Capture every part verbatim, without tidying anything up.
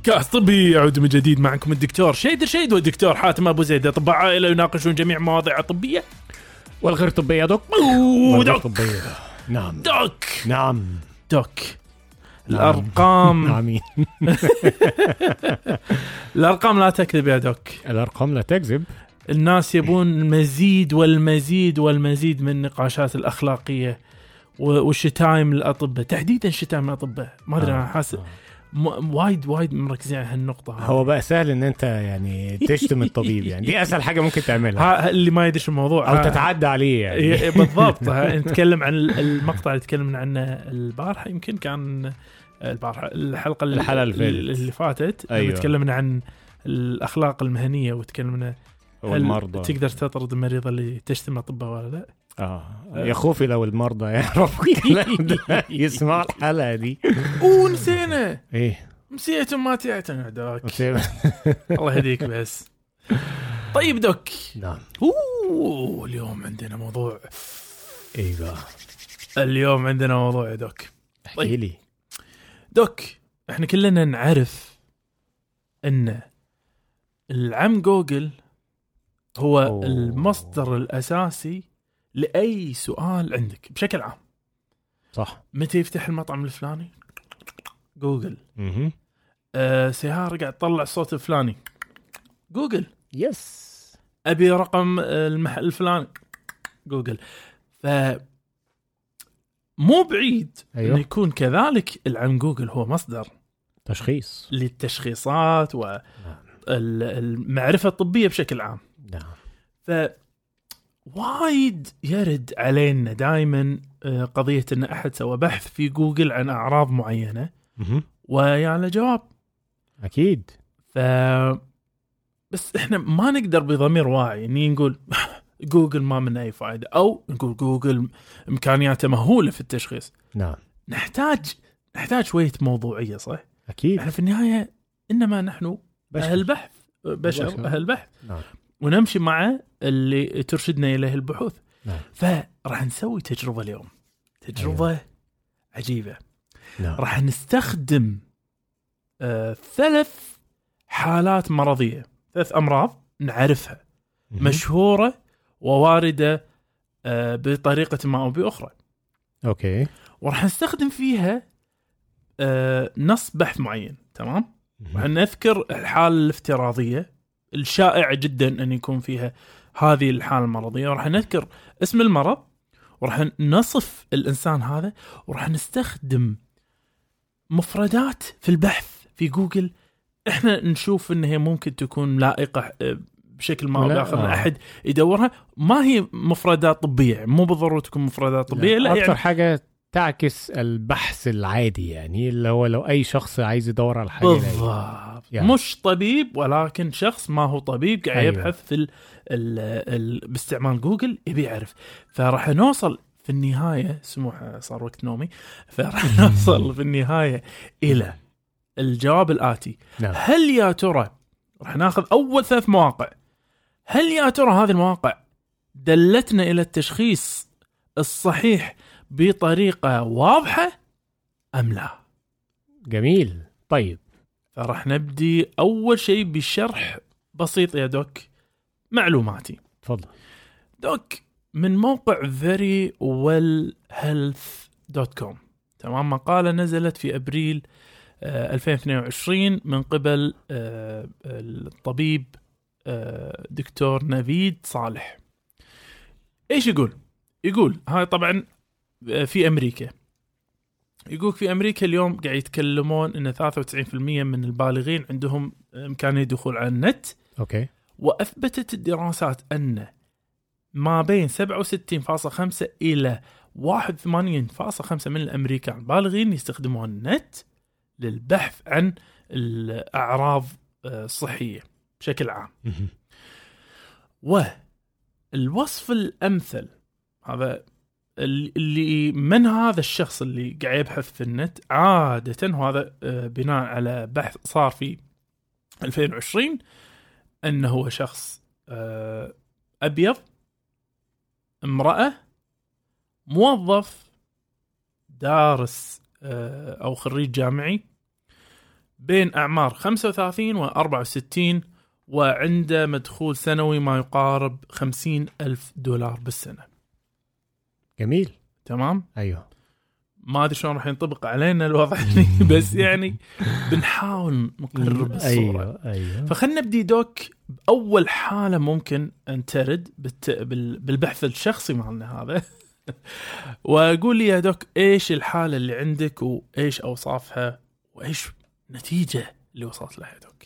بودكاست طبي يعود من جديد معكم الدكتور شيد شيد والدكتور حاتم أبو زيد، أطباء عائلة يناقشون جميع مواضيع طبية والغير طبية. دوك والغير طبية. نعم دوك نعم دوك الأرقام نعم. الأرقام لا تكذب يا دوك، الأرقام لا تكذب. الناس يبون المزيد والمزيد والمزيد من النقاشات الأخلاقية والشتائم الأطباء، تحديدا شتائم الأطباء. ما أدري أنا حاسس م- وايد وايد مركزين على هالنقطة. هو بقى سهل ان انت يعني تشتم الطبيب، يعني دي اسهل حاجة ممكن تعملها. اللي ما يدري الموضوع او تتعدى عليه يعني. بالضبط. نتكلم عن المقطع اللي تكلمنا عنه البارحة، يمكن كان البارحة الحلقة الحلقة اللي فاتت. أيوة. تكلمنا عن الأخلاق المهنية وتكلمنا والمرضى. تقدر تطرد المريضة اللي تشتم الأطباء ولا لا؟ اه يا خوفي لو المرضى يعرفوا الكلام ده يسمع الحلقة دي. ونسينا ايه نسيتم ما تعتنا دوك. الله يهديك بس. طيب دوك. نعم. اوه اليوم عندنا موضوع. ايوه اليوم عندنا موضوع يا دوك. احكي لي دوك. احنا كلنا نعرف ان العم جوجل هو أوه. المصدر الاساسي لاي سؤال عندك بشكل عام. صح. متى يفتح المطعم الفلاني؟ جوجل. اها. أه سيارة قاعد تطلع الصوت الفلاني؟ جوجل. يس. ابي رقم المحل الفلاني؟ جوجل. ف مو بعيد أيوه. أن يكون كذلك العم جوجل هو مصدر تشخيص للتشخيصات والمعرفة الطبية بشكل عام. نعم. ف وايد يرد علينا دائما قضية أن أحد سوى بحث في جوجل عن أعراض معينة ويعني جواب. أكيد. ف بس إحنا ما نقدر بضمير واعي إني نقول جوجل ما من أي فائدة، أو نقول جوجل إمكانياته مهولة في التشخيص. نعم. نحتاج نحتاج شوية موضوعية، صح؟ أكيد. إحنا في النهاية إنما نحن بشر. أهل بحث بشر, بشر. أهل بحث. نعم. ونمشي مع اللي ترشدنا إليه البحوث. نعم. فراح نسوي تجربة اليوم، تجربة أيوة. عجيبة. نعم. راح نستخدم آه ثلاث حالات مرضية، ثلاث أمراض نعرفها م- مشهورة وواردة آه بطريقة ما أو بأخرى. أوكي. وراح نستخدم فيها آه نص بحث معين. تمام. راح نذكر الحالة الافتراضية الشائع جدا أن يكون فيها هذه الحالة المرضية، وراح نذكر اسم المرض، وراح نصف الإنسان هذا، وراح نستخدم مفردات في البحث في جوجل إحنا نشوف إنها ممكن تكون لائقة بشكل ما أو بآخر آه. أحد يدورها. ما هي مفردات طبية، مو بالضرورة تكون مفردات طبية، لا. لا أكثر يعني حاجة تعكس البحث العادي، يعني اللي هو لو أي شخص عايز يدور على حاجة بالضبط. يعني. مش طبيب ولكن شخص ما هو طبيب قاعد أيوة. يبحث في ال ال ال باستعمال جوجل يبي يعرف. فراح نوصل في النهاية، سموح صار وقت نومي، فراح نوصل في النهاية إلى الجواب الآتي. نعم. هل يا ترى راح ناخذ أول ثلاث مواقع، هل يا ترى هذه المواقع دلتنا إلى التشخيص الصحيح بطريقة واضحة أم لا؟ جميل. طيب فراح نبدي أول شيء بشرح بسيط يا دوك معلوماتي. تفضل دوك. من موقع very well health دوت كوم. تمام. مقالة نزلت في أبريل آه ألفين واثنين وعشرين من قبل آه الطبيب آه دكتور نفيد صالح. إيش يقول؟ يقول هاي طبعا في أمريكا. يقول في أمريكا اليوم قاعد يتكلمون إن ثلاثة وتسعين بالمئة من البالغين عندهم إمكانية دخول على النت. أوكي. وأثبتت الدراسات أن ما بين سبعة وستين فاصلة خمسة إلى واحد وثمانين فاصلة خمسة من الأمريكان البالغين يستخدمون النت للبحث عن الأعراض الصحية بشكل عام. والوصف الأمثل هذا اللي من هذا الشخص اللي قاعد يبحث في النت عادة، وهذا بناء على بحث صار في ألفين وعشرين، أنه هو شخص أبيض، امرأة، موظف، دارس أو خريج جامعي، بين أعمار خمسة وثلاثين وأربعة وستين، وعنده مدخول سنوي ما يقارب خمسين ألف دولار بالسنة. جميل. تمام. أيوه. ما أدري شلون راح ينطبق علينا الوضع بس يعني بنحاول نقرب الصورة. أيوه أيوه. فخلنا نبدي دوك بأول حالة ممكن أن ترد بالت... بال... بالبحث الشخصي مالنا هذا. وأقول لي يا دوك إيش الحالة اللي عندك وإيش أوصافها وإيش نتيجة اللي وصلت لها دوك.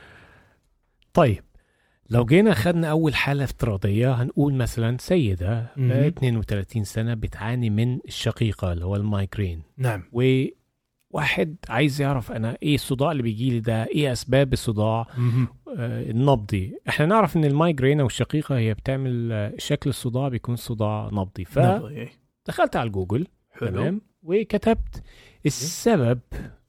طيب لو جينا خدنا أول حالة افتراضية، هنقول مثلا سيدة اثنين وثلاثين سنة بتعاني من الشقيقة اللي هو المايجرين. نعم. وواحد عايز يعرف أنا إيه الصداع اللي بيجي لي ده، إيه أسباب الصداع آه النبضي. إحنا نعرف إن المايجرين أو الشقيقة هي بتعمل آه شكل الصداع بيكون صداع نبضي. فدخلت على جوجل تمام وكتبت السبب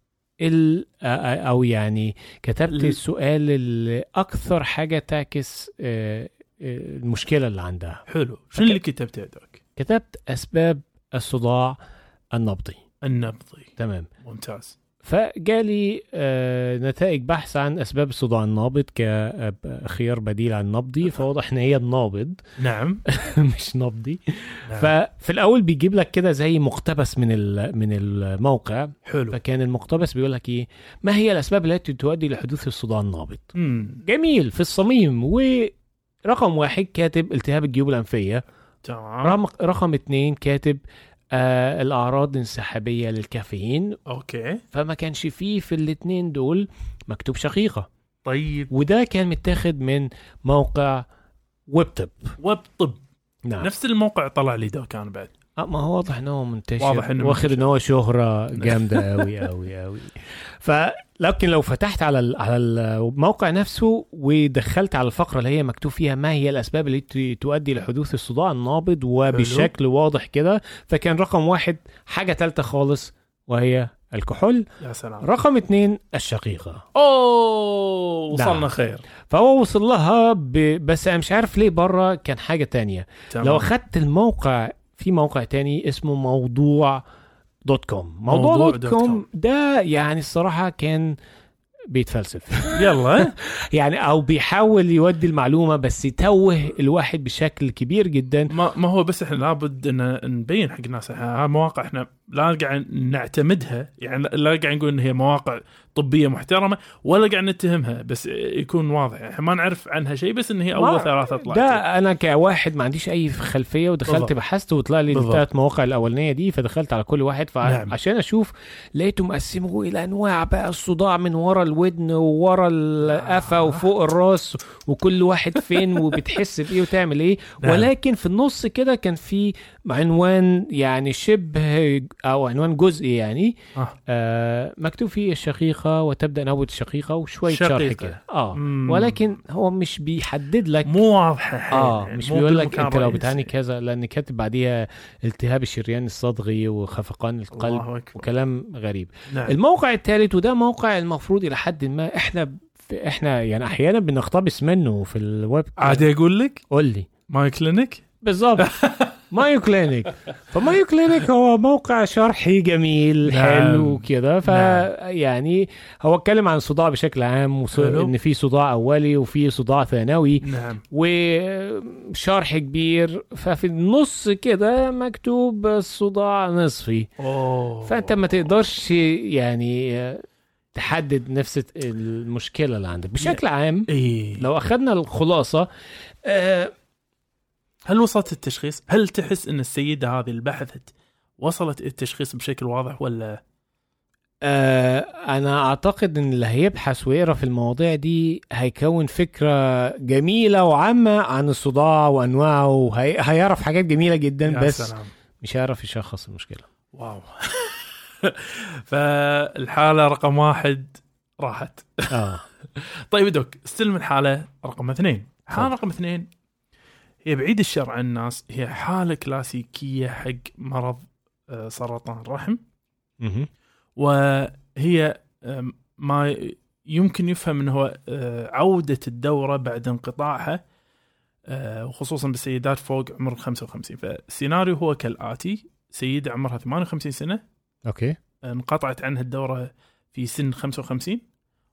ال او يعني كتبت السؤال اللي اكثر حاجه تعكس المشكله اللي عندها. حلو. شو اللي كتبته دوك؟ كتبت اسباب الصداع النبضي. النبضي. تمام. ممتاز. فجالي نتائج بحث عن اسباب الصداع النابض كخيار بديل عن النبضي، فواضح ان هي النابض. نعم. مش نبضي. نعم. ففي الاول بيجيب لك كده زي مقتبس من من الموقع. حلو. فكان المقتبس بيقول لك ايه، ما هي الاسباب التي تؤدي لحدوث الصداع النابض. مم. جميل في الصميم. ورقم واحد كاتب التهاب الجيوب الانفيه. تمام. رقم اتنين كاتب آه الأعراض الانسحابية للكافيين. أوكي. فما كانش فيه في الاتنين دول مكتوب شقيقة. طيب. وده كان متاخد من موقع ويب طب. ويب طب. نعم. نفس الموقع طلع لي ده كان بعد. آه ما هو واضح انه منتشر، واضح انه واخد انه هو شهرة جامدة قوي قوي قوي. فلكن لو فتحت على على الموقع نفسه ودخلت على الفقرة اللي هي مكتوب فيها ما هي الاسباب التي تؤدي لحدوث الصداع النابض وبشكل واضح كده، فكان رقم واحد حاجة ثالثة خالص وهي الكحول. يا سلام. رقم اتنين الشقيقة. اوه وصلنا. نعم. خير. فهو وصل لها ب... بس انا مش عارف ليه بره كان حاجة تانية. تمام. لو اخدت الموقع في موقع تاني اسمه موضوع دوت كوم. موضوع, موضوع دوت كوم ده يعني الصراحة كان بيتفلسف. يلا. يعني او بيحاول يودي المعلومة بس يتوه الواحد بشكل كبير جدا. ما, ما هو بس احنا لابد ان نبين حق الناس ها مواقع احنا لا قاعد نعتمدها، يعني لا قاعد نقول ان هي مواقع طبية محترمة ولا قاعد نتهمها، بس يكون واضح يعني ما نعرف عنها شيء، بس ان هي اول ثلاثة طلعت. ده انا كواحد ما عنديش اي خلفية ودخلت بالضبط. بحثت وطلع لي الثلاث مواقع الاولانية دي، فدخلت على كل واحد عشان نعم. اشوف، لقيته مقسمه الى انواع بقى الصداع من ورا الودن وورا القفا وفوق الراس وكل واحد فين وبتحس بايه وتعمل ايه. نعم. ولكن في النص كده كان في عنوان يعني شبه او عنوان جزئي يعني آه. آه مكتوب فيه الشقيقة وتبدأ نوبة الشقيقة وشوية شرح كده. اه مم. ولكن هو مش بيحدد لك، مو واضح. اه مش بيقول لك انت لو بتعاني كذا، لان كاتب بعديها التهاب الشريان الصدغي وخفقان القلب وكلام غريب. نعم. الموقع الثالث وده موقع المفروض الى حد ما احنا احنا يعني احيانا بنقتبس منه في الويب. عادي اقول لك قول لي. ماي كلينيك. بالظبط. مايو كلينيك. فمايو كلينيك هو موقع شرحي جميل. نعم. حلو كده. فيعني هو اتكلم عن الصداع بشكل عام وص... ان في صداع اولي وفي صداع ثانوي. نعم. وشرح كبير. ففي النص كده مكتوب الصداع نصفي. أوه. فانت ما تقدرش يعني تحدد نفس المشكلة اللي عندك بشكل عام. إيه؟ لو اخذنا الخلاصة أه هل وصلت التشخيص؟ هل تحس ان السيدة هذه اللي بحثت وصلت التشخيص بشكل واضح ولا؟ آه انا اعتقد ان اللي هيبحث ويقرا في المواضيع دي هيكون فكرة جميلة وعامة عن الصداع وانواعه، وهيعرف حاجات جميلة جدا بس سلام. مش هيعرف يشخص المشكلة. واو. فالحالة رقم واحد راحت. آه. طيب دوك استلم الحالة رقم اثنين. حالة رقم اثنين هي بعيد الشر عن الناس، هي حالة كلاسيكية حق مرض سرطان الرحم. وهي ما يمكن يفهم أنه عودة الدورة بعد انقطاعها، وخصوصا بالسيدات فوق عمر خمسة وخمسين. فالسيناريو هو كالآتي: سيدة عمرها ثمانية وخمسين سنة. أوكي. انقطعت عنها الدورة في سن خمسة وخمسين.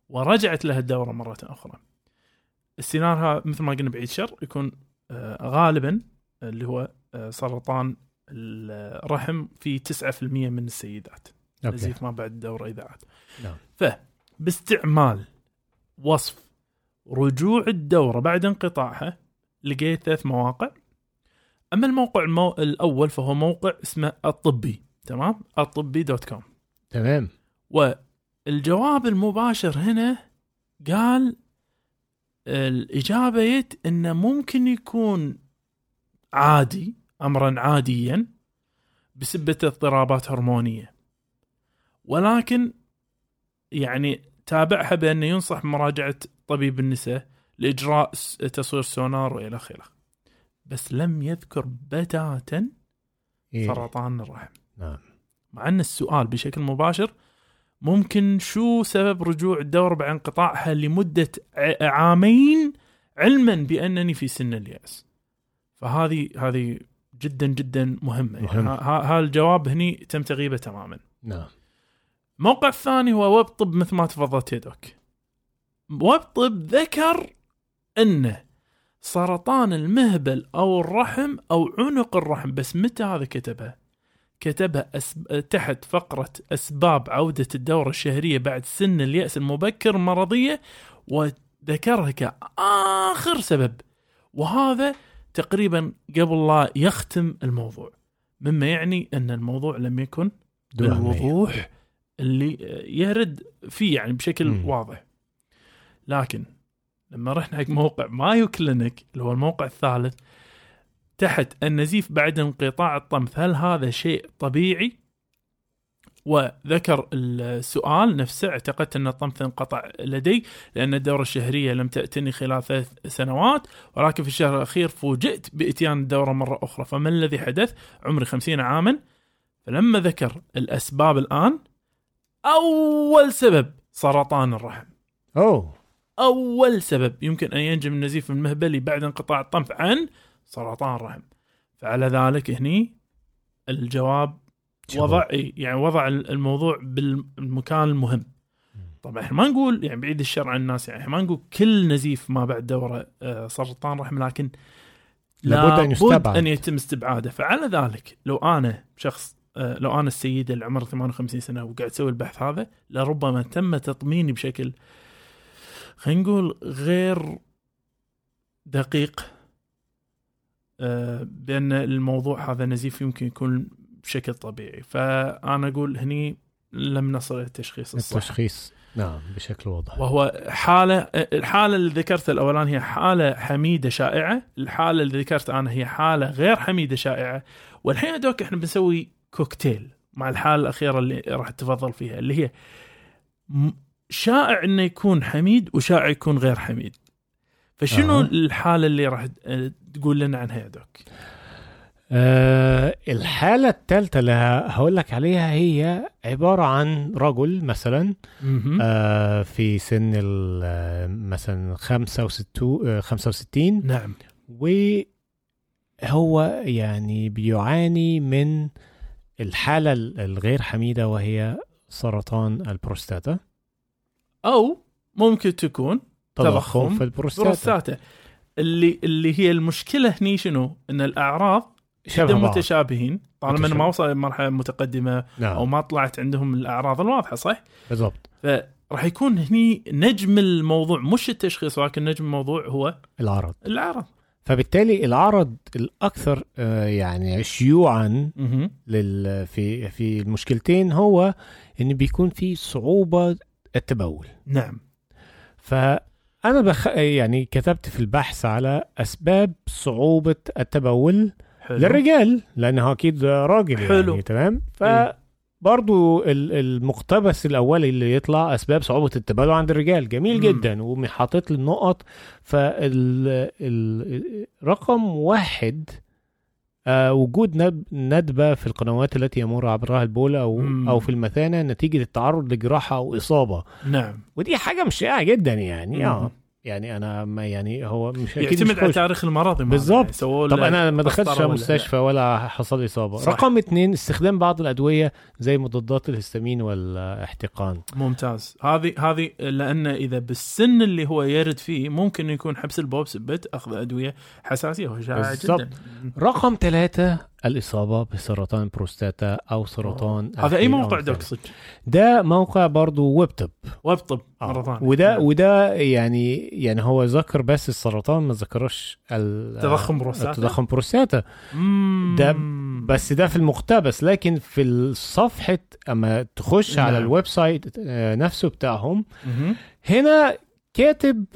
ورجعت لها الدورة مرة أخرى. السيناريو مثل ما قلنا بعيد شر يكون غالبا اللي هو سرطان الرحم في تسعة بالمئة من السيدات نزيف ما بعد الدورة إذا عاد. نعم. فباستعمال وصف رجوع الدورة بعد انقطاعها لقيت ثلاث مواقع. أما الموقع المو... الأول فهو موقع اسمه الطبي، تمام، الطبي دوت كوم. تمام. والجواب المباشر هنا قال الإجابة يت إنه ممكن يكون عادي، أمرا عاديا بسبب اضطرابات هرمونية، ولكن يعني تابعها بأنه ينصح مراجعة طبيب النساء لإجراء تصوير سونار وإلى آخره، بس لم يذكر بتاتا إيه؟ سرطان الرحم. نعم. مع أن السؤال بشكل مباشر ممكن شو سبب رجوع الدورة بعد انقطاعها لمدة عامين علما بأنني في سن اليأس. فهذه هذه جدا جدا مهمة. مهم. يعني ها الجواب هني تم تغيبه تماما. نعم. الموقع الثاني هو ويب طب مثل ما تفضلت يا دوك. ويب طب ذكر أنه سرطان المهبل أو الرحم أو عنق الرحم، بس متى هذا كتبها؟ كتبها أسب... تحت فقرة أسباب عودة الدورة الشهرية بعد سن اليأس المبكر مرضية، وذكرها كآخر سبب، وهذا تقريبا قبل لا يختم الموضوع، مما يعني أن الموضوع لم يكن بالوضوح اللي يرد فيه يعني بشكل م. واضح. لكن لما رحنا حق موقع مايو كلينيك اللي هو الموقع الثالث، تحت النزيف بعد انقطاع الطمث هل هذا شيء طبيعي؟ وذكر السؤال نفسه اعتقدت أن الطمث انقطع لدي لأن الدورة الشهرية لم تأتني خلال ثلاث سنوات، ولكن في الشهر الأخير فوجئت بإتيان الدورة مرة أخرى، فما الذي حدث؟ عمري خمسين عاما. فلما ذكر الأسباب الآن، أول سبب سرطان الرحم. أوه. أول سبب يمكن أن ينجم النزيف المهبلي بعد انقطاع الطمث عن سرطان الرحم. فعلى ذلك هني الجواب وضع يعني وضع الموضوع بالمكان المهم. طبعا احنا ما نقول يعني بعيد الشر عن الناس، يعني ما نقول كل نزيف ما بعد دورة سرطان رحم، لكن لابد أن يستبعد أن يتم استبعاده. فعلى ذلك لو أنا شخص لو أنا السيدة اللي عمره ثمانية وخمسين سنة وقاعد أسوي البحث هذا، لربما تم تطميني بشكل خلينا نقول غير دقيق بأن الموضوع هذا نزيف يمكن يكون بشكل طبيعي. فأنا أقول هني لم نصل إلى التشخيص الصح. التشخيص نعم بشكل واضح. وهو حالة الحالة اللي ذكرت الأولان هي حالة حميدة شائعة، الحالة اللي ذكرت أنا هي حالة غير حميدة شائعة. والحين دوك إحنا بنسوي كوكتيل مع الحالة الأخيرة اللي راح تفضل فيها، اللي هي شائع إنه يكون حميد وشائع يكون غير حميد. فشنو آه. الحالة اللي راح تقول لنا عنها يا دوك؟ أه الحالة الثالثة اللي هقول لك عليها هي عبارة عن رجل مثلا أه في سن مثلا خمسة وستين. نعم. وهو يعني بيعاني من الحالة الغير حميدة وهي سرطان البروستاتا، أو ممكن تكون تضخم في البروستاتا، اللي اللي هي المشكلة هني شنو؟ إن الأعراض جدا متشابهين طالما ما وصل لمرحلة متقدمة. نعم. أو ما طلعت عندهم الأعراض الواضحة. صح بالضبط. فراح يكون هني نجم الموضوع مش التشخيص، ولكن نجم الموضوع هو العرض. العرض. فبالتالي العرض الأكثر يعني شيوعا لل في في المشكلتين هو إن بيكون في صعوبة التبول. نعم. فأنا بخ يعني كتبت في البحث على أسباب صعوبة التبول حلو. للرجال لأنه أكيد راجل حلو. يعني تمام. فبرضو المقتبس الأولي اللي يطلع أسباب صعوبة التبول عند الرجال جميل م. جدا ومحاطط للنقط. فالرقم واحد آه وجود نب... ندبة في القنوات التي يمر عبرها البول أو, أو في المثانة نتيجة التعرض لجراحة أو إصابة. نعم. ودي حاجة مش شائعة جدا يعني آه. يعني انا ما يعني هو مش يعتمد على تاريخ المرض بالضبط. طب انا ما دخلتش مستشفى ولا حصل لي اصابه. صح. رقم اثنين استخدام بعض الادويه زي مضادات الهستامين والاحتقان. ممتاز. هذه هذه لان اذا بالسن اللي هو يرد فيه ممكن يكون حبس البول بسبب اخذ ادويه حساسيه وشائعه جدا. رقم ثلاثة الإصابة بسرطان البروستاتا أو سرطان. هذا أي موقع دكتور؟ ده موقع برضو ويبطب. ويبطب مرة ثانية. وده وده يعني يعني هو ذكر بس السرطان ما ذكرش التضخم بروستاتا. التضخم بروستاتا ده بس ده في المقتبس، لكن في الصفحة أما تخش نعم. على الويب سايت نفسه بتاعهم مم. هنا كاتب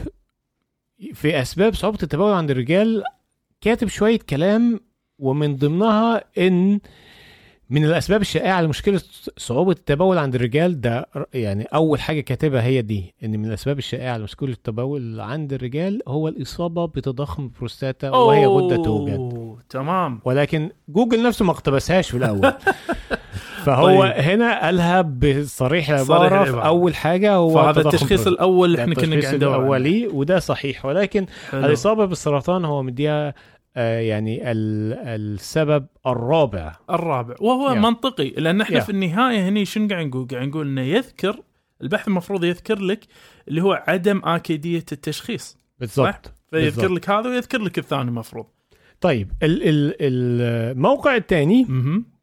في أسباب صعوبة التبول عند الرجال، كاتب شوية كلام ومن ضمنها ان من الاسباب الشائعه لمشكله صعوبه التبول عند الرجال ده، يعني اول حاجه كاتبها هي دي، ان من الاسباب الشائعه لمشكله التبول عند الرجال هو الاصابه بتضخم البروستاتا وهي غده توجد. تمام. ولكن جوجل نفسه ما اقتبسهاش في الاول. فهو طيب. هنا قالها بصريح العباره في اول حاجه هو فهذا التشخيص الاول اللي احنا كنا قاعدين الاولي وده صحيح، ولكن حلو. الاصابه بالسرطان هو مديها آه يعني السبب الرابع الرابع وهو yeah. منطقي، لأن احنا yeah. في النهاية هني شنو قاعد نقول؟ قاعد نقول إنه يذكر البحث المفروض يذكر لك اللي هو عدم آكدية التشخيص بالضبط، فيذكر بالزبط. لك هذا ويذكر لك الثاني مفروض. طيب ال ال الموقع الثاني mm-hmm.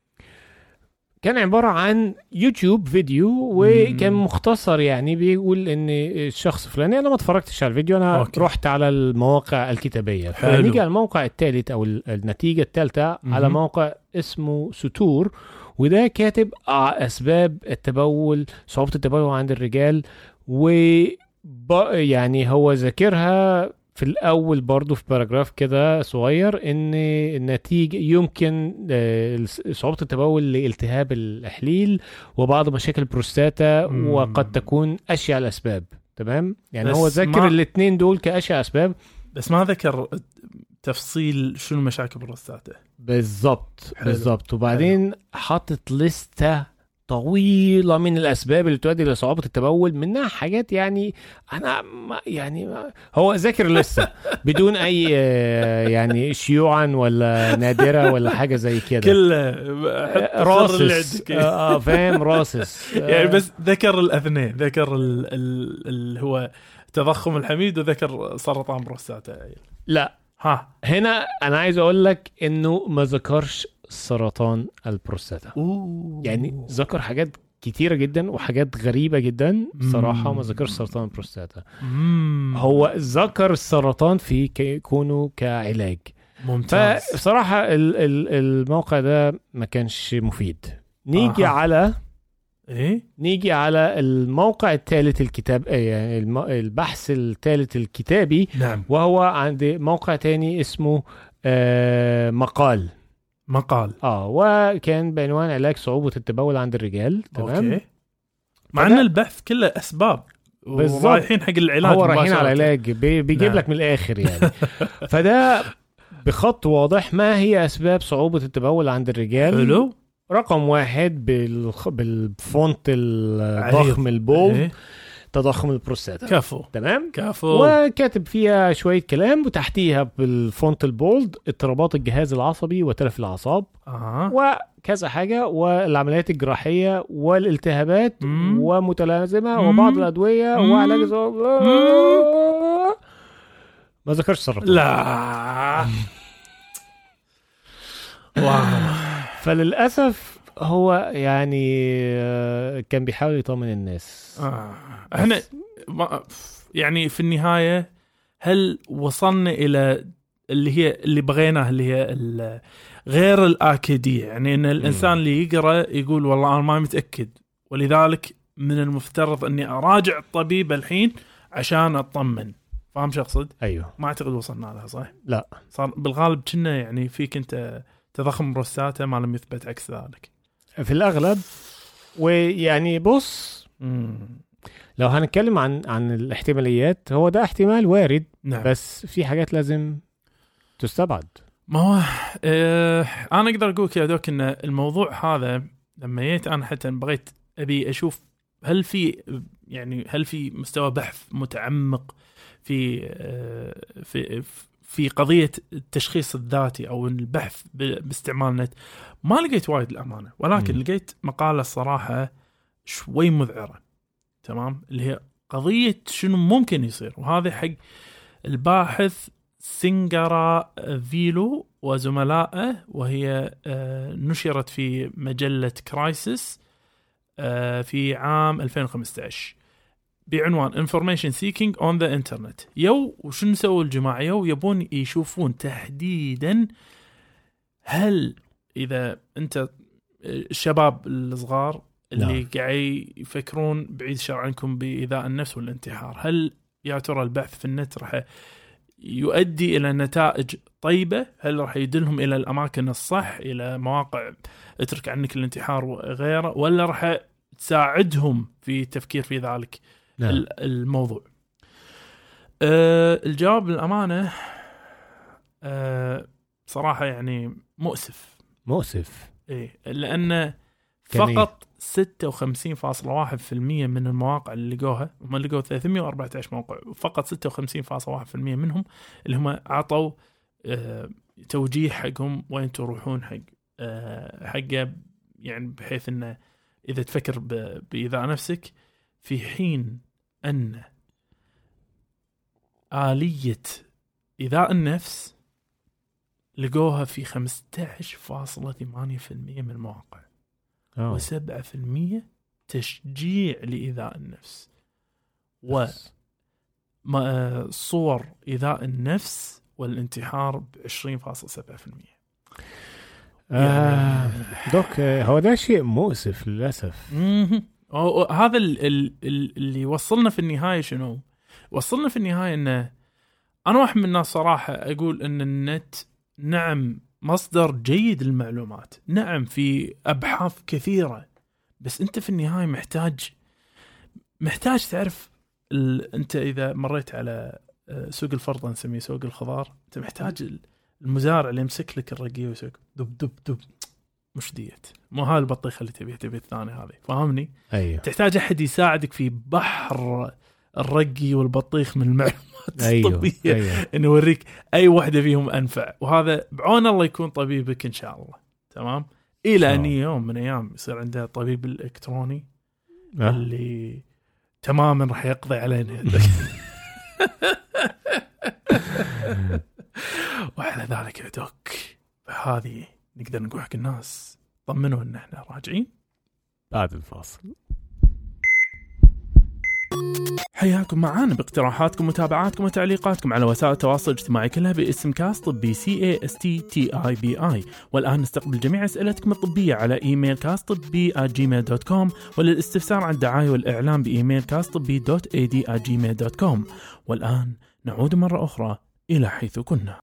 كان عبارة عن يوتيوب فيديو وكان مختصر، يعني بيقول ان الشخص فلاني، انا ما اتفرجتش على الفيديو، انا أوكي. رحت على المواقع الكتابية. فنيجي على الموقع الثالث او النتيجة الثالثة على موقع اسمه ستور، وده كاتب اسباب التبول صعوبة التبول عند الرجال، و يعني هو ذاكرها في الأول برضو في باراجراف كده صغير إن النتيجة يمكن صعوبة التبول لالتهاب الإحليل وبعض مشاكل البروستاتا مم. وقد تكون أشياء الأسباب. تمام، يعني هو ذكر ما... الاثنين دول كأشياء أسباب، بس ما ذكر تفصيل شنو مشاكل البروستاتا بالضبط. بالضبط. وبعدين حاطط لستة طويلة من الأسباب اللي تؤدي لصعوبة التبول، منها حاجات يعني أنا ما يعني ما هو ذاكر لسه بدون أي يعني شيوعا ولا نادرة ولا حاجة زي كده، كل راسس آه فاهم راسس يعني بس ذكر الأثنين، ذكر اللي هو تضخم الحميد وذكر سرطان بروستاتا. لا ها هنا أنا عايز أقول لك إنه ما ذكرش سرطان البروستاتا. أوه. يعني ذكر حاجات كتيرة جدا وحاجات غريبة جدا بصراحة، ما ذكرش سرطان البروستاتا. مم. هو ذكر السرطان في كونه كعلاج. ممتاز. فبصراحة الموقع ده ما كانش مفيد. نيجي آه. على إيه؟ نيجي على الموقع الثالث الكتاب، يعني البحث الثالث الكتابي. نعم. وهو عند موقع تاني اسمه آه مقال مقال اه وكان بعنوان علاج صعوبة التبول عند الرجال. تمام. أوكي. مع ان البحث كله اسباب ورايحين حق العلاج، هو رايحين على العلاج بي بيجيب نعم. لك من الاخر يعني. فده بخط واضح ما هي اسباب صعوبة التبول عند الرجال. حلو. رقم واحد بالخ... بالفونت الضخم البولد ايه؟ تضخم البروستاتا. كفو. تمام كفو. وكاتب فيها شوية كلام وتحتيها بالفونت البولد اضطرابات الجهاز العصبي وتلف الأعصاب آه. وكذا حاجة، والعمليات الجراحية والالتهابات مم. ومتلازمة مم. وبعض الأدوية مم. وعلاج ما ذكرش سرطان. لا واو. فللأسف هو يعني كان بيحاول يطمن الناس. آه. احنا يعني في النهاية هل وصلنا إلى اللي هي اللي بغيناه، اللي هي غير الآكدية، يعني إن الإنسان اللي يقرأ يقول والله أنا ما متأكد، ولذلك من المفترض أني أراجع الطبيب الحين عشان أطمن. فاهم شو أقصد؟ أيوه. ما أعتقد وصلنا لها صح؟ لا صار بالغالب كنا يعني فيك أنت تضخم بروستاتا ما لم يثبت عكس ذلك في الأغلب. ويعني بص مم. لو هنتكلم عن عن الاحتماليات، هو ده احتمال وارد. نعم. بس في حاجات لازم تستبعد. ما هو اه أنا أقدر أقول يا دوك إن الموضوع هذا لما جيت أنا حتى بغيت أبي أشوف هل في يعني هل في مستوى بحث متعمق في في في قضيه التشخيص الذاتي او البحث باستعمال النت ما لقيت وايد الامانه، ولكن م. لقيت مقاله الصراحه شوي مذعره، تمام، اللي هي قضيه شنو ممكن يصير، وهذا حق الباحث سينغارا فيلو وزملائه، وهي نشرت في مجله كرايسيس في عام ألفين وخمسة عشر بعنوان Information Seeking on the Internet. يو وشنو سووا الجماعة؟ يو يبون يشوفون تحديدا هل إذا أنت الشباب الصغار اللي قاعد يفكرون بعيد الشر عنكم بإيذاء النفس والانتحار، هل يا ترى البحث في النت راح يؤدي إلى نتائج طيبة؟ هل راح يدلهم إلى الأماكن الصح، إلى مواقع اترك عنك الانتحار وغيره، ولا راح تساعدهم في التفكير في ذلك نعم. الموضوع؟ أه الجواب للأمانة أه صراحة يعني مؤسف مؤسف إيه، لأن فقط ستة وخمسين فاصلة واحد بالمئة من المواقع اللي لقوها، هم لقوا ثلاثمئة وأربعة عشر موقع، فقط ستة وخمسين فاصلة واحد بالمئة منهم اللي هم عطوا أه توجيه حقهم وين تروحون حق أه حقه، يعني بحيث أنه إذا تفكر بإيذاء نفسك، في حين أن آلية إيذاء النفس لقوها في خمسة عشر فاصلة ثمانية بالمئة من المواقع، وسبعة بالمئة تشجيع لإيذاء النفس، وصور إيذاء النفس والانتحار بعشرين فاصلة سبعة بالمئة. آه دوك هو ده شيء مؤسف للأسف. هذا اللي وصلنا في النهاية شنو؟ وصلنا في النهاية إنه أنا واحد من الناس صراحة أقول إن النت نعم مصدر جيد للمعلومات، نعم في أبحاث كثيرة، بس أنت في النهاية محتاج محتاج تعرف ال... أنت إذا مريت على سوق الفرض نسميه سوق الخضار، أنت محتاج المزارع اللي يمسك لك الرقية ويسوق دب دب دب، مش ديت مو هاي البطيخة اللي تبيه تبيه الثاني هذه، فاهمني؟ أيوه. تحتاج أحد يساعدك في بحر الرقي والبطيخ من المعلومات أيوه. الطبية، أيوه. إنه يوريك أي واحدة فيهم أنفع، وهذا بعون الله يكون طبيبك إن شاء الله، تمام، إلى أن يوم من أيام يصير عنده طبيب الإلكتروني أه؟ اللي تماما راح يقضي علينا. وعلى ذلك يا دوك هذه نقدر نقول حق الناس طمنوا ان احنا راجعين بعد الفاصل. حياكم معانا باقتراحاتكم ومتابعاتكم وتعليقاتكم على وسائل التواصل الاجتماعي كلها باسم كاست طبي سي اي اس تي تي اي بي اي. والآن نستقبل جميع أسئلتكم الطبية على إيميل كاست طبي آت جيميل دوت كوم، وللاستفسار عن الدعاية والإعلان بإيميل كاست طبي دوت إي دي آت جيميل دوت كوم. والآن نعود مرة أخرى إلى حيث كنا.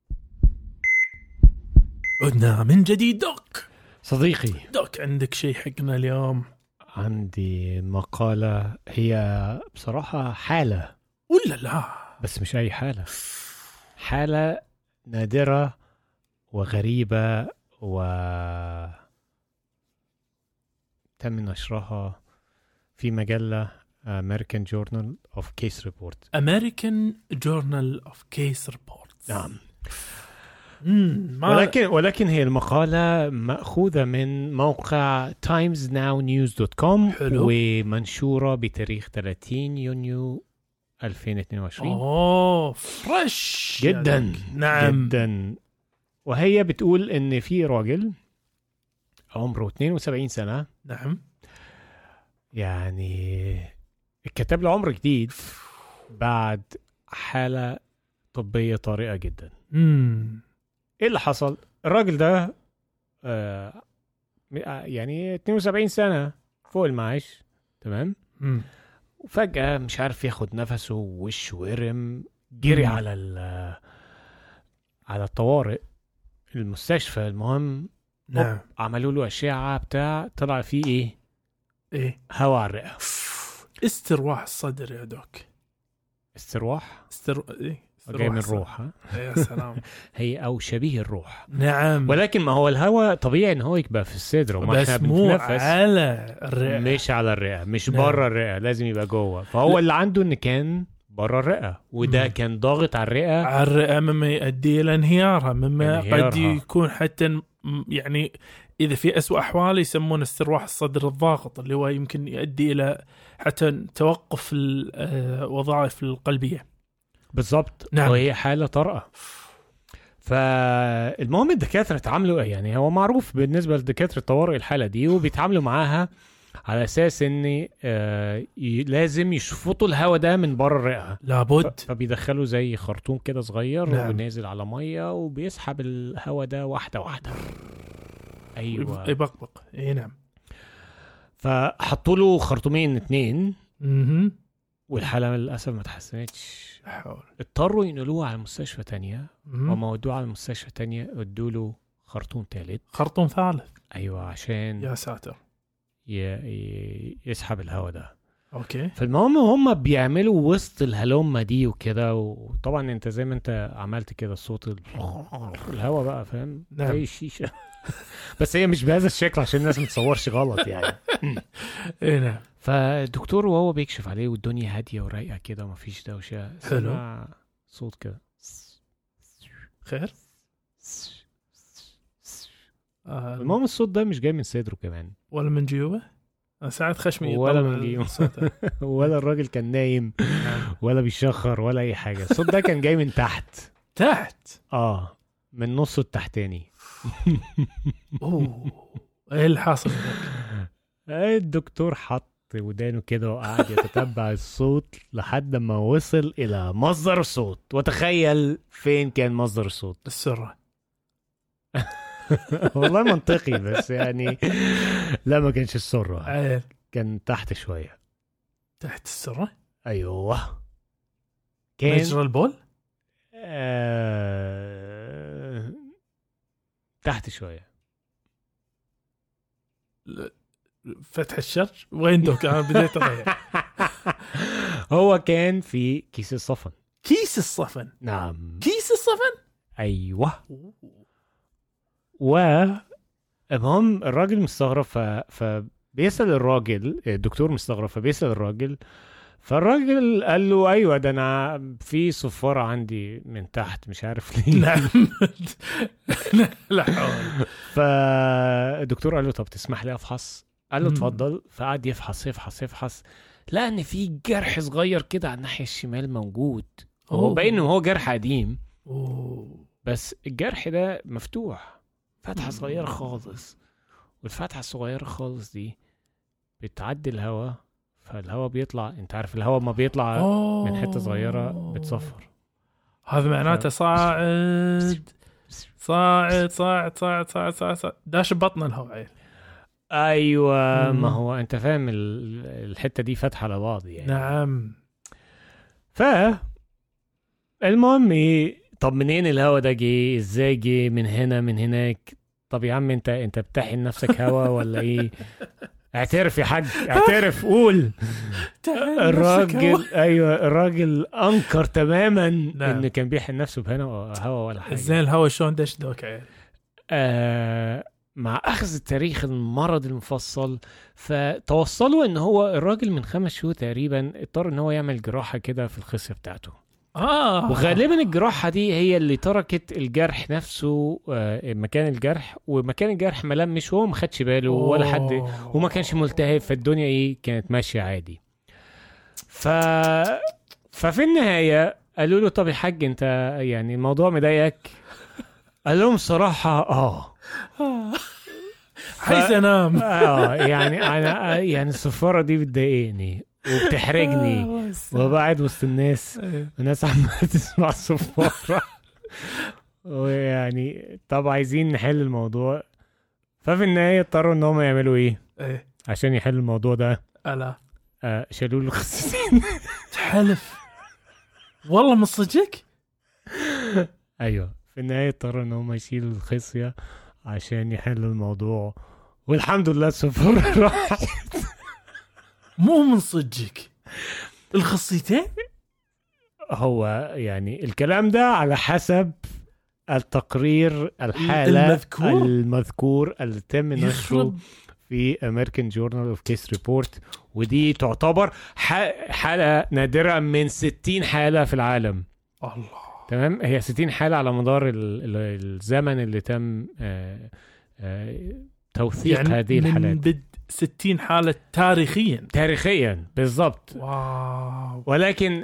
عدنا من جديد دوك صديقي. دوك عندك شيء حقنا اليوم؟ عندي مقالة هي بصراحة حالة، ولا لا بس مش أي حالة، حالة نادرة وغريبة و تم نشرها في مجلة American Journal of Case Report. American Journal of Case Report. نعم. ما... ولكن ولكن هي المقالة مأخوذة من موقع تايمز ناو نيوز دوت كوم ومنشورة بتاريخ ثلاثين يونيو ألفين واثنين وعشرين. اوه فريش جدا. نعم جدا. وهي بتقول ان في راجل عمره اثنين وسبعين سنة. نعم. يعني اتكتب له عمر جديد بعد حالة طبية طارئة جدا. امم ايه اللي حصل؟ الراجل ده آه يعني اثنين وسبعين سنة فوق المعاش، تمام؟ امم وفجأة مش عارف ياخد نفسه ووش ورم، جري مم. على على الطوارئ المستشفى. المهم نعم عملوا له أشعة بتاع، طلع فيه ايه؟ ايه؟ هواء على الرئة. استرواح الصدر يا دوك. استرواح؟ استر ايه جاي من الروح. يا سلام. هي او شبيه الروح. نعم. ولكن ما هو الهواء طبيعي ان هو يبقى في الصدر، وما بس مو على الرئة، مش على الرئة، مش نعم. بره الرئة، لازم يبقى جوه. فهو لا. اللي عنده ان كان برا الرئة، وده مم. كان ضاغط على الرئة على الرئة مما يؤدي إلى انهيارها، مما انهيارها. قد يكون حتى يعني إذا في أسوأ أحوال يسمونه استرواح الصدر الضاغط، اللي هو يمكن يؤدي إلى حتى توقف الوظائف القلبية. بالضبط. نعم. وهي حالة طارئة. فالمهم الدكاترة تعاملوا يعني هو معروف بالنسبة لدكاترة الطوارئ الحالة دي، وبيتعاملوا معاها على أساس إن آه لازم يشفطوا الهواء ده من بره الرئة لابد. فبيدخلوا زي خرطوم كده صغير. نعم. ونازل على مية وبيسحب الهواء ده واحدة واحدة. أيوة يبقبق. إيه نعم. فحطوا له خرطومين اتنين. مم. والحالة للأسف ما تحسنتش. اضطروا ينقلوه على مستشفى تانية. وما ودوه على مستشفى تانية ادوا له خرطوم ثالث. خرطوم ثالث. أيوة عشان يا ساتر ي... يسحب الهواء ده. اوكي. فالمهم هم بيعملوا وسط الهلومة دي وكده، وطبعا انت زي ما انت عملت كده الصوت الهواء بقى فاهم. نعم. زي الشيشة. بس هي مش بهذا الشكل عشان الناس متصورش غلط يعني. ايه نعم. فالدكتور وهو بيكشف عليه والدنيا هادية ورايقة كده ومفيش دوشة، سمع صوت كده خير. آه المهم الصوت ده مش جاي من صدره كمان ولا من جيوبه. ساعات خشمي ولا من جيوبه ولا الراجل كان نايم ولا بيشخر ولا اي حاجة. الصوت ده كان جاي من تحت. تحت. اه من نصه التحتاني. اوه ايه اللي حاصل؟ الدكتور حط ودانه كده وقعد يتتبع الصوت لحد ما وصل الى مصدر الصوت. وتخيل فين كان مصدر الصوت؟ السرة. والله منطقي بس يعني لا ما كانش السرة. عيل. كان تحت شوية. تحت السرة. ايوه كان مجرى البول. آه... تحت شوية. فتح الشر وين دوك انا بديت اغير. هو كان في كيس الصفن. كيس الصفن. نعم كيس الصفن. ايوه. وهم الراجل مستغرب ف... فبيسأل الراجل الدكتور مستغرب فبيسأل الراجل. فالراجل قال له ايوه ده انا في صفارة عندي من تحت مش عارف ليه. نعم. لا حول. فالدكتور قال له طب تسمح لي افحص؟ قال له اتفضل. فقعد يفحص يفحص يفحص لقى ان في جرح صغير كده على الناحية الشمال موجود. هو باين انه هو جرح قديم. أوه. بس الجرح ده مفتوح فتحة صغيرة خالص. والفتحة الصغيرة خالص دي بتعدي الهواء فالهواء بيطلع. انت عارف الهواء ما بيطلع أوه. من حتة صغيرة بتصفر. هذا معناته صاعد صاعد صاعد صاعد صاعد صاعد داش بطن الهواء. ايوه مم. ما هو انت فاهم الحتة دي فتحة على بعض يعني. نعم. ف المهم طب منين الهواء ده جه؟ ازاي جه؟ من هنا من هناك؟ طب يا عم انت انت بتحن نفسك هواء ولا ايه؟ اعترف يا حاج اعترف قول. الراجل ايوه الراجل انكر تماما. نعم. ان كان بيحن نفسه بهنا هواء ولا حاجه. ازاي الهواء شلون دش دوك عيال؟ آه مع اخذ التاريخ المرض المفصل فتوصلوا ان هو الراجل من خمس شهور تقريبا اضطر ان هو يعمل جراحه كده في الخصيه بتاعته. آه. وغالبا الجراحة دي هي اللي تركت الجرح نفسه آه مكان الجرح ومكان الجرح ملمش وهو ما خدش باله ولا حد وما كانش ملتهب فالدنيا ايه كانت ماشية عادي. ف... ففي النهاية قالوا له طب يا حاج انت يعني الموضوع مضايقك؟ قال لهم صراحة اه عايز انام. اه يعني انا يعني الصفارة دي بتضايقني وبتحرجني وبقعد وسط الناس الناس عمالة تسمع صفارة ويعني طب عايزين نحل الموضوع. ففي النهاية اضطروا ان هم يعملوا ايه ايه عشان يحلوا الموضوع ده؟ الا آه شالوا له الخصيتين. تحلف والله من صدقك؟ ايوه في النهاية اضطروا ان هم يشيلوا الخصية عشان يحلوا الموضوع والحمد لله الصفارة راحت. مو من صدقك الخصيتين؟ هو يعني الكلام ده على حسب التقرير الحالة المذكور, المذكور اللي تم نشره في American Journal of Case Report، ودي تعتبر حالة نادرة من ستين حالة في العالم. الله. تمام، هي ستين حالة على مدار الزمن اللي تم آآ آآ توثيق يعني هذه الحالات. من بد ستين حالة تاريخيا تاريخيا بالضبط. واو. ولكن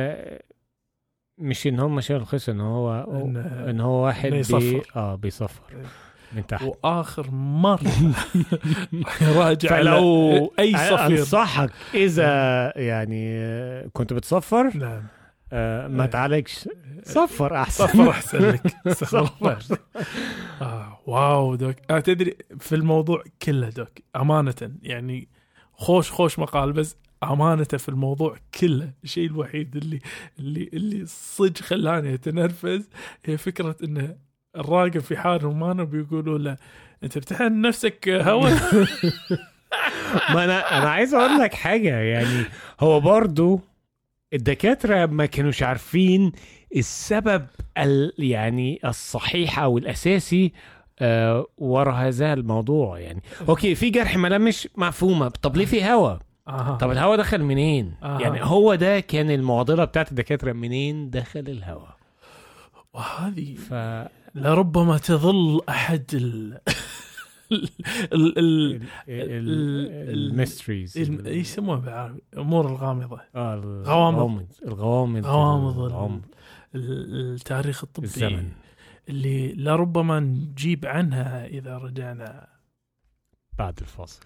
مش ان هم شالوا الخص، ان هو إن, ان هو واحد بي اه بيصفر من تحت. واخر مرة راجع فلو اي صفير انصحك اذا يعني كنت بتصفر نعم آه ما تعالجش، صفر احسن. صفر احسن لك. صفر. آه واو دوك، تدري في الموضوع كله دوك امانة يعني خوش خوش مقال، بس أمانة في الموضوع كله الشيء الوحيد اللي اللي اللي صدق خلاني أتنرفز هي فكرة إنه الراقب في حال رومانو بيقولوا له أنت بتحن نفسك هوا. ما أنا أنا عايز أقول لك حاجة، يعني هو برضو الدكاترة ما كانوش عارفين السبب ال يعني الصحيح أو الأساسي آه وراء هذا الموضوع. يعني أوكي في جرح ملامش مفهومة، طب ليه في هوا؟ آه. طب الهواء دخل منين؟ آه. يعني هو ده كان المعضلة بتاعت الدكاترة، منين دخل الهواء؟ وهذه ف... لربما تظل أحد ال ال ال الميستريز يسموها بالعربي الأمور الغامضة. آه الغوامض الغوامض الغوامض التاريخ الطبي الزمن اللي لربما نجيب عنها إذا رجعنا بعد الفاصل.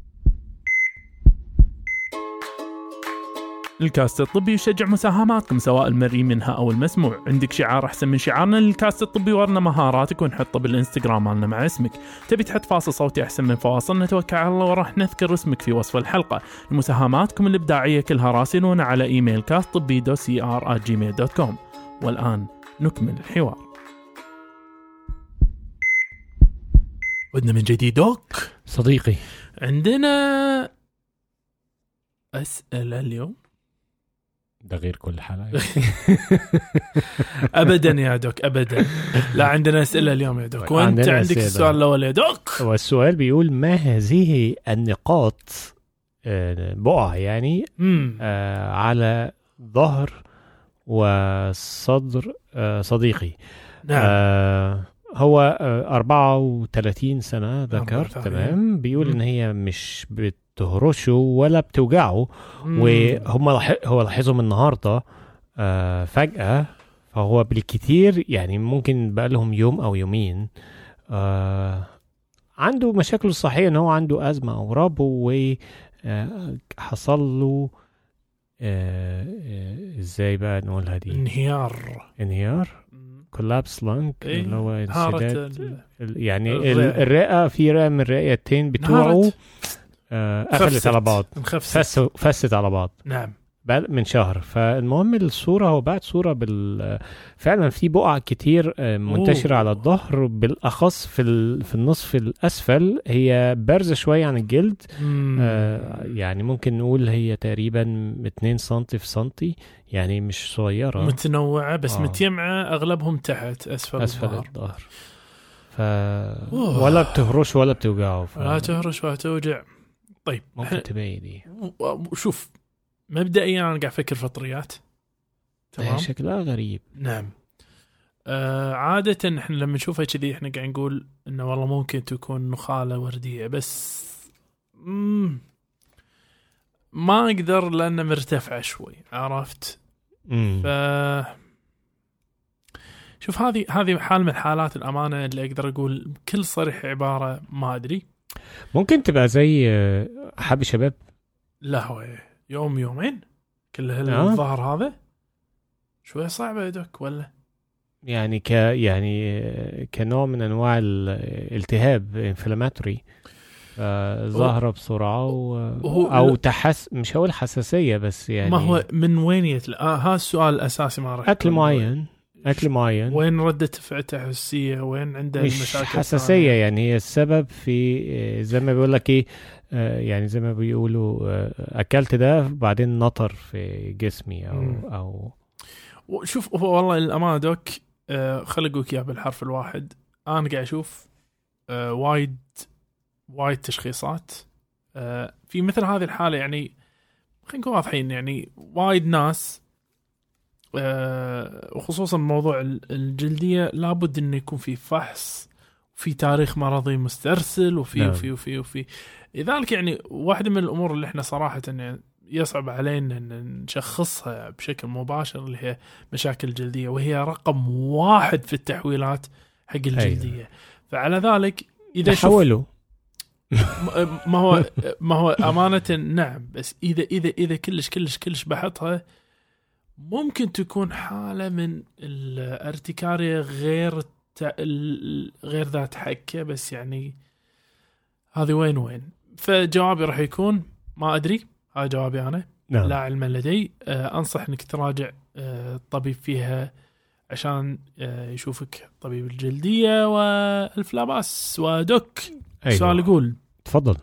الكاست الطبي يشجع مساهماتكم سواء المرئي منها أو المسموع. عندك شعار أحسن من شعارنا للكاست الطبي ورنا مهاراتك ونحطه بالإنستغرام مالنا مع اسمك. تبي تحط فاصل صوتي أحسن من فواصل، نتوكل على الله وراح نذكر اسمك في وصف الحلقة. مساهماتكم الإبداعية كلها راسلونا على إيميل كاست طبي دو سي آر آت جيميل دوت كوم. والآن نكمل الحوار. ودنا من جديد دوك صديقي، عندنا أسئلة اليوم. ده غير كل حلقة. أبدا يا دوك أبدا، لا عندنا أسئلة اليوم يا دوك. وأنت عندك السؤال الأول يا دوك. والسؤال بيقول ما هذه النقاط بقع يعني آه على ظهر وصدر آه صديقي. نعم. آه هو آه أربعة وثلاثين سنة ذكر. تمام. بيقول مم. إن هي مش بت تهرشه ولا بتوجعه، وهم هو لاحظهم النهارده آه فجأة، فهو بالكتير يعني ممكن بقى لهم يوم او يومين آه عنده مشاكل الصحية، ان هو عنده أزمة او ربو، وحصل له آه آه ازاي بقى نقولها دي انهيار انهيار كولابس لانج إيه؟ اللي هو انسداد يعني الرئة. الرئة في رئة من الرئتين بتوعه آه قفلت على بعض، فست فست على بعض. نعم. من شهر. فالمهم الصورة هو بعد صورة بال فعلا في بقع كتير منتشرة أوه. على الظهر، بالأخص في ال... في النصف الأسفل هي بارزة شوية عن الجلد. آه يعني ممكن نقول هي تقريبا اتنين سنتي في سنتي، يعني مش صغيرة، متنوعة بس آه. متجمعة أغلبهم تحت أسفل, أسفل الظهر, الظهر. ف... ولا بتهرش ولا بتوجعه ف... لا تهرش ولا توجع. طيب ممكن تبيني شوف مبدئيا انا قاعد افكر فطريات تمام شكلها غريب. نعم. آه عاده احنا لما نشوفها كذي احنا قاعد نقول انه والله ممكن تكون نخاله ورديه، بس مم ما اقدر لانه مرتفعه شوي، عرفت؟ امم ف شوف هذه هذه حال من حالات الامانه اللي اقدر اقول بكل صريح عباره ما ادري. ممكن تبقى زي حب شباب. لا هو يوم يومين كل هالظهر آه. هذا شوية صعبة يدك ولا يعني ك يعني كنوع من انواع الالتهاب انفلاماتوري آه ظاهرة بسرعة و... او تحس مش هقول حساسية بس يعني ما هو من وين يتل آه هذا السؤال الاساسي ما راح اكل معين اكل معين وين ردة فعلته حساسية وين عنده المشاكل حساسية ثانية. يعني هي السبب في زي ما بيقول لك ايه آه يعني زي ما بيقولوا آه اكلت ده بعدين نطر في جسمي او م. او شوف هو والله الامانه دوك آه خلقوك يا بالحرف الواحد. انا قاعد اشوف آه وايد وايد تشخيصات. آه في مثل هذه الحالة يعني خلينا نكون واضحين، يعني وايد ناس آه وخصوصا موضوع الجلدية لابد انه يكون في فحص وفي تاريخ مرضي مسترسل وفي نعم. وفي وفي وفي لذلك يعني واحدة من الامور اللي احنا صراحة يعني يصعب علينا ان نشخصها بشكل مباشر اللي هي مشاكل الجلدية، وهي رقم واحد في التحويلات حق الجلدية. أيوة. فعلى ذلك اذا حولوا ما هو ما هو امانه نعم، بس اذا اذا اذا كلش كلش كلش بحطها ممكن تكون حاله من الارتكاريه غير غير ذات حكه، بس يعني هذه وين وين. فجوابي راح يكون ما ادري، هذا جوابي انا. نعم. لا علم لدي. آه انصح انك تراجع آه الطبيب فيها عشان آه يشوفك طبيب الجلديه. والف لا باس. ودك أيوة. سؤال يقول تفضل.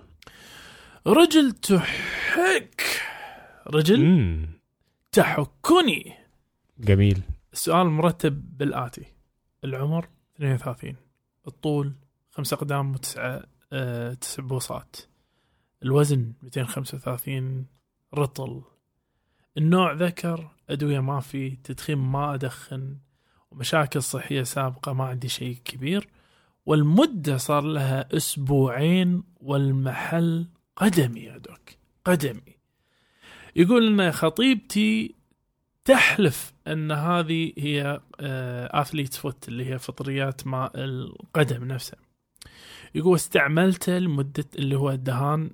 رجل تحك رجل مم. تحكني. جميل. السؤال مرتب بالآتي: العمر اثنين وثلاثين، الطول خمسة أقدام وتسعة آه تسع بوصات، الوزن مئتين وخمسة وثلاثين رطل، النوع ذكر، أدوية ما في، تدخين ما أدخن، ومشاكل صحية سابقة ما عندي شيء كبير، والمدة صار لها أسبوعين، والمحل قدمي يا دوك قدمي. يقول لنا خطيبتي تحلف أن هذه هي أثليت فوت اللي هي فطريات ماء القدم نفسها. يقول استعملته لمدة اللي هو الدهان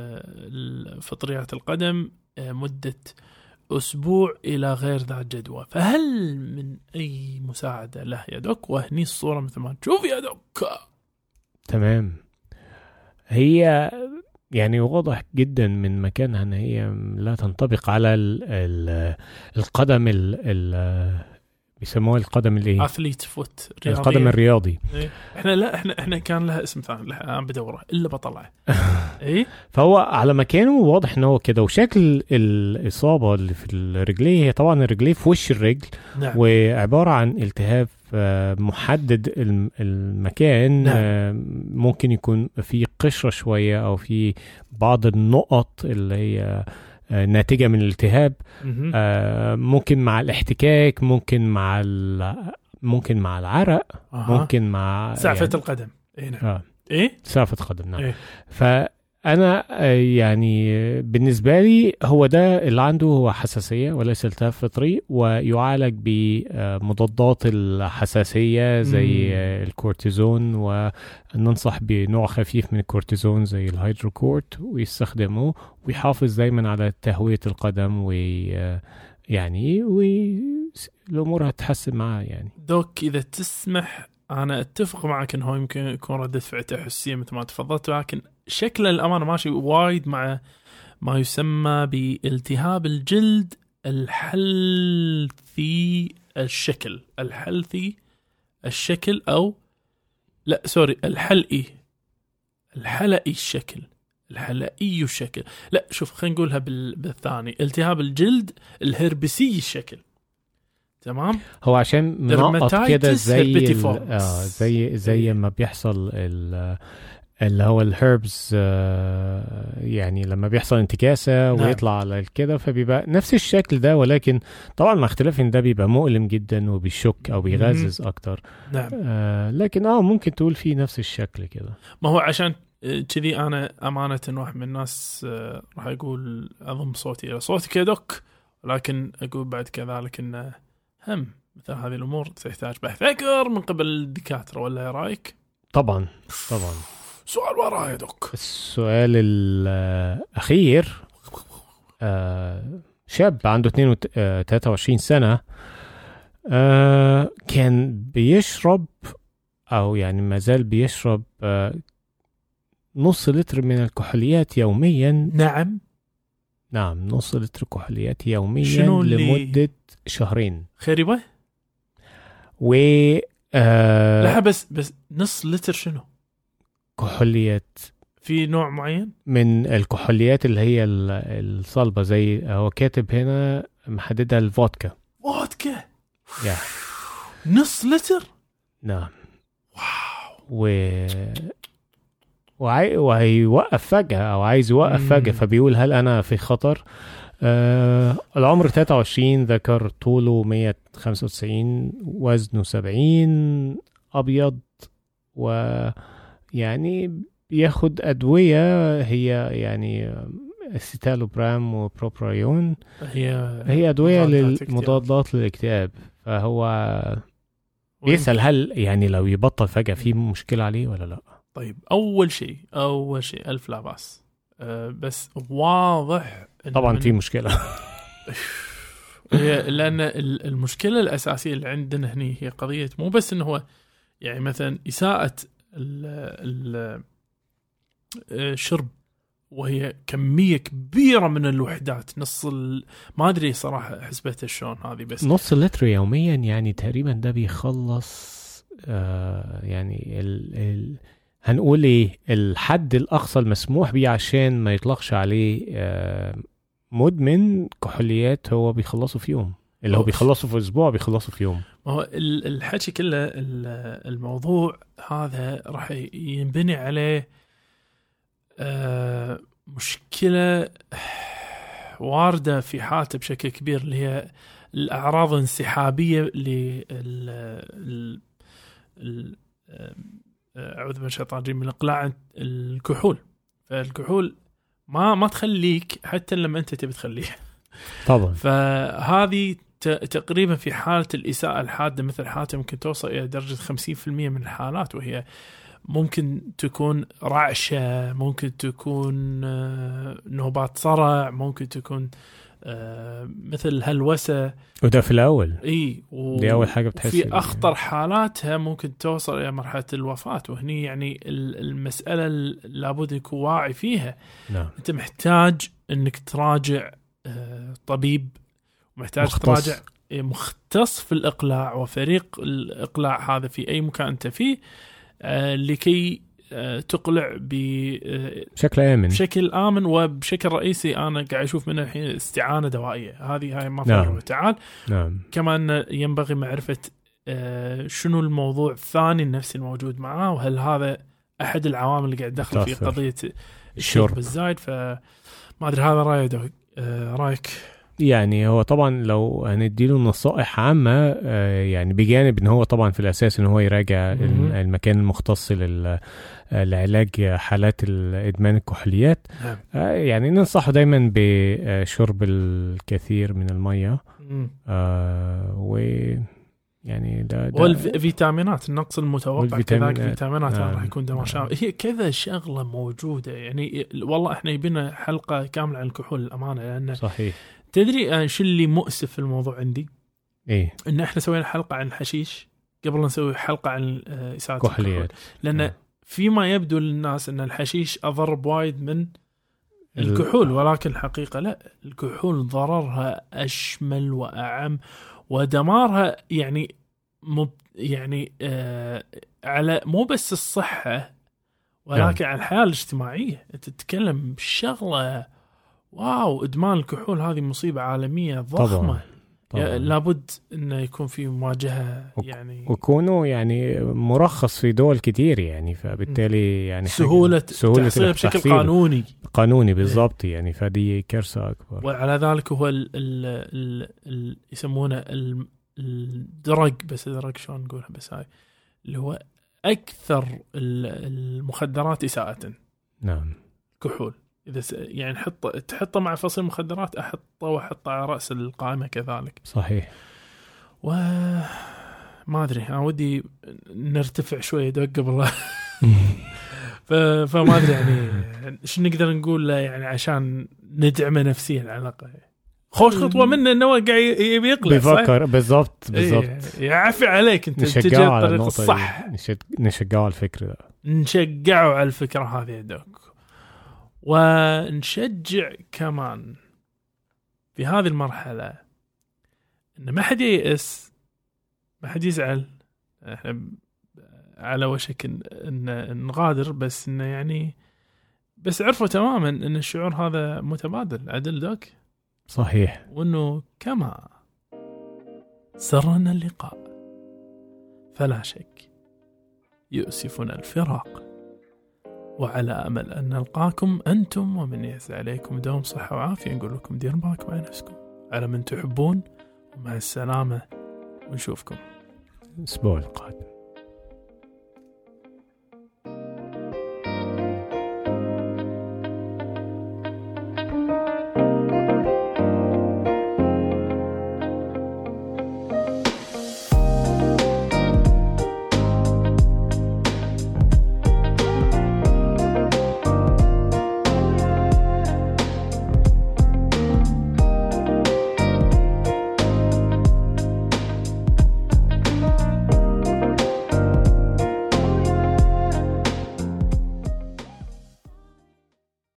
فطريات القدم مدة أسبوع إلى غير ذات جدوى، فهل من أي مساعدة له يا دوك؟ وهني الصورة مثل ما تشوف يا دوك. تمام. هي يعني واضح جدا من مكانها أن هي لا تنطبق على ال ال القدم ال ال بيسموها القدم اللي أثليت فوت رياضية. القدم الرياضي. إيه؟ احنا لا احنا احنا كان لها اسم ثاني الان بدوره الا بطلعه. ايه فهو على مكانه واضح ان هو كده، وشكل الاصابه اللي في الرجليه هي طبعا الرجليه في وش الرجل. نعم. وعباره عن التهاب محدد المكان. نعم. ممكن يكون في قشره شويه او في بعض النقط اللي هي ناتجة من الالتهاب. آه ممكن مع الاحتكاك، ممكن مع ممكن مع العرق. أه. ممكن مع سعفة يعني القدم. إيه نعم. آه. إيه سعفة القدم نعم. إيه؟ فأنا آه يعني بالنسبة لي هو ده اللي عنده هو حساسية وليس التهاب فطري، ويعالج بمضادات الحساسية زي آه الكورتيزون، وننصح بنوع خفيف من الكورتيزون زي الهيدروكورت ويستخدمه، ويحافظ دايما على تهوية القدم، ويعني والأمور هتحسن معاه يعني. دوك إذا تسمح أنا أتفق معك إنه يمكن يكون ردة فعل حسية مثل ما تفضلت، لكن شكل الأمانة ماشي وايد مع ما يسمى بالتهاب الجلد الحلثي الشكل الحلثي الشكل أو لا سوري الحلئي الحلئي الشكل الحلئي الشكل لا شوف خلينا نقولها بالثاني التهاب الجلد الهربسي الشكل. تمام. هو عشان منقط كده زي آه زي زي ما بيحصل اللي هو الهربز آه يعني لما بيحصل انتكاسة نعم. ويطلع على كده فبيبقى نفس الشكل ده، ولكن طبعا مع اختلاف ان ده بيبقى مؤلم جدا وبيشك او بيغزز اكتر. نعم. آه لكن اه ممكن تقول فيه نفس الشكل كده. ما هو عشان كذي انا امانة واحد من الناس آه راح يقول اضم صوتي الى صوتك يا دوك، ولكن اقول بعد كذلك انه هم مثل هذه الامور تحتاج بحث اكثر من قبل الدكاترة، ولا يا رايك؟ طبعا طبعا. سؤال وراء يا دوك. السؤال الأخير آه شاب عنده اثنين وثلاثين وعشرين سنة آه كان بيشرب أو يعني ما زال بيشرب آه نص لتر من الكحوليات يوميا. نعم نعم نص لتر كحوليات يوميا لمدة شهرين. خريبة و آه لا بس بس نص لتر شنو؟ كحوليات في نوع معين من الكحوليات اللي هي الصلبة، زي هو كاتب هنا محددها الفودكا. فودكا يا نص لتر. نعم. واو. و وعي... وهيوقف فجأة أو عايز يوقف فجأة، فبيقول هل أنا في خطر؟ آه... العمر ثلاثة وعشرين، ذكر طوله مية وخمسة وتسعين، وزنه سبعين، أبيض، ويعني بياخد أدوية هي يعني السيتالوبرام وبروبرايون، هي هي أدوية للمضادات للاكتئاب. فهو بيسأل هل يعني لو يبطل فجأة في مشكلة عليه ولا لا؟ طيب أول شيء أول شيء ألف لا بأس، أه بس واضح طبعا في مشكلة. هي لأن المشكلة الأساسية اللي عندنا هني هي قضية مو بس إنه هو يعني مثلا إساءة الشرب، وهي كمية كبيرة من الوحدات، نص ال... ما أدري صراحة حسبتها شلون هذه، بس نص لتر يوميا يعني تقريبا ده بيخلص آه يعني ال... ال... هنقول ايه الحد الأقصى المسموح بيه عشان ما يطلقش عليه آه مدمن كحوليات، هو بيخلصه في يوم، اللي هو بيخلصه في أسبوع بيخلصه في يوم. ما هو الحكي كله الموضوع هذا راح ينبني عليه آه مشكلة واردة في حالته بشكل كبير، اللي هي الأعراض الانسحابية لل أعوذ بالله من الشيطان الرجيم، من إقلاع الكحول. فالكحول ما ما تخليك حتى لما أنت تبي تخليه طبعا. فهذه تقريبا في حالة الإساءة الحادة مثل حالته ممكن توصل إلى درجة خمسين بالمئة من الحالات، وهي ممكن تكون رعشة، ممكن تكون نوبات صرع، ممكن تكون مثل هلوسة، وده في الأول إيه و... دي أول حاجة بتحس. في أخطر حالاتها ممكن توصل إلى مرحلة الوفاة، وهني يعني المسألة لابد يكون واعي فيها. نعم. أنت محتاج أنك تراجع طبيب، ومحتاج مختص. تراجع مختص في الإقلاع وفريق الإقلاع هذا في أي مكان أنت فيه، آه لكي آه تقلع بشكل آمن بشكل آمن وبشكل رئيسي. أنا قاعد أشوف منها الحين استعانة دوائية، هذه هاي ما نعم. فعله تعال. نعم. كمان ينبغي معرفة آه شنو الموضوع الثاني النفسي الموجود معاه، وهل هذا أحد العوامل اللي قاعد دخل في قضية الشرب الزايد. فما أدري هذا رأيك آه رأيك يعني هو طبعا لو هنديله نصائح عامة يعني بجانب ان هو طبعا في الاساس ان هو يراجع المكان المختص للعلاج حالات الادمان الكحوليات، يعني ننصحه دايما بشرب الكثير من المية، و يعني ده, ده والفيتامينات النقص المتوقع كذلك فيتامينات آه راح يكون دمار شامل. هي كذا شغلة موجودة يعني. والله احنا يبينا حلقة كاملة عن الكحول الأمانة، لأن صحيح. تدري شو اللي مؤسف في الموضوع عندي؟ ايه ان احنا سوينا حلقة عن الحشيش قبل نسوي حلقة عن إساءة الكحول، لأن آه. فيما يبدو للناس ان الحشيش أضر بوايد من الكحول، ولكن الحقيقة لا، الكحول ضررها أشمل وأعم، ودمارها يعني مب يعني آه على مو بس الصحة ولكن يعني. على الحياة الاجتماعية. تتكلم بشغلة واو، إدمان الكحول هذه مصيبة عالمية ضخمة. طبعا. طبعا. لابد إنه يكون في مواجهة يعني، وكونه يعني مرخص في دول كتير يعني، فبالتالي يعني سهولة سهولة بشكل قانوني قانوني بالضبط يعني، فدي كارثة أكبر. وعلى ذلك هو ال ال ال ال يسمونه الدرج، بس درج شلون نقولها، بس هاي اللي هو أكثر المخدرات إساءة. نعم. كحول إذا يعني حط تحطه مع فصل المخدرات، أحطه وأحطه على رأس القائمة كذلك. صحيح. وما أدري أنا ودي نرتفع شوية دق قبل فما أدري يعني إيش نقدر نقول له يعني عشان ندعم نفسيا على الأقل. خوش خطوة منه إنه قاعد يقلع بيفكر بالضبط بالضبط. يعفي عليك أنت تجي الطريق الصح. نشجعه على الفكرة ده. نشجعه على الفكرة هذه دوك، ونشجع كمان في هذه المرحلة إن ما حد ييأس، ما حد يزعل. إحنا على وشك إن نغادر، بس إنه يعني بس عرفوا تماما إن الشعور هذا متبادل. عدل دوك. صحيح. وإنه كما سرنا اللقاء فلا شك يؤسفنا الفراق، وعلى أمل أن نلقاكم أنتم ومن يسعى عليكم دوم صحة وعافية. نقول لكم دير بالكم على نفسكم على من تحبون، ومع السلامة ونشوفكم الأسبوع القادم.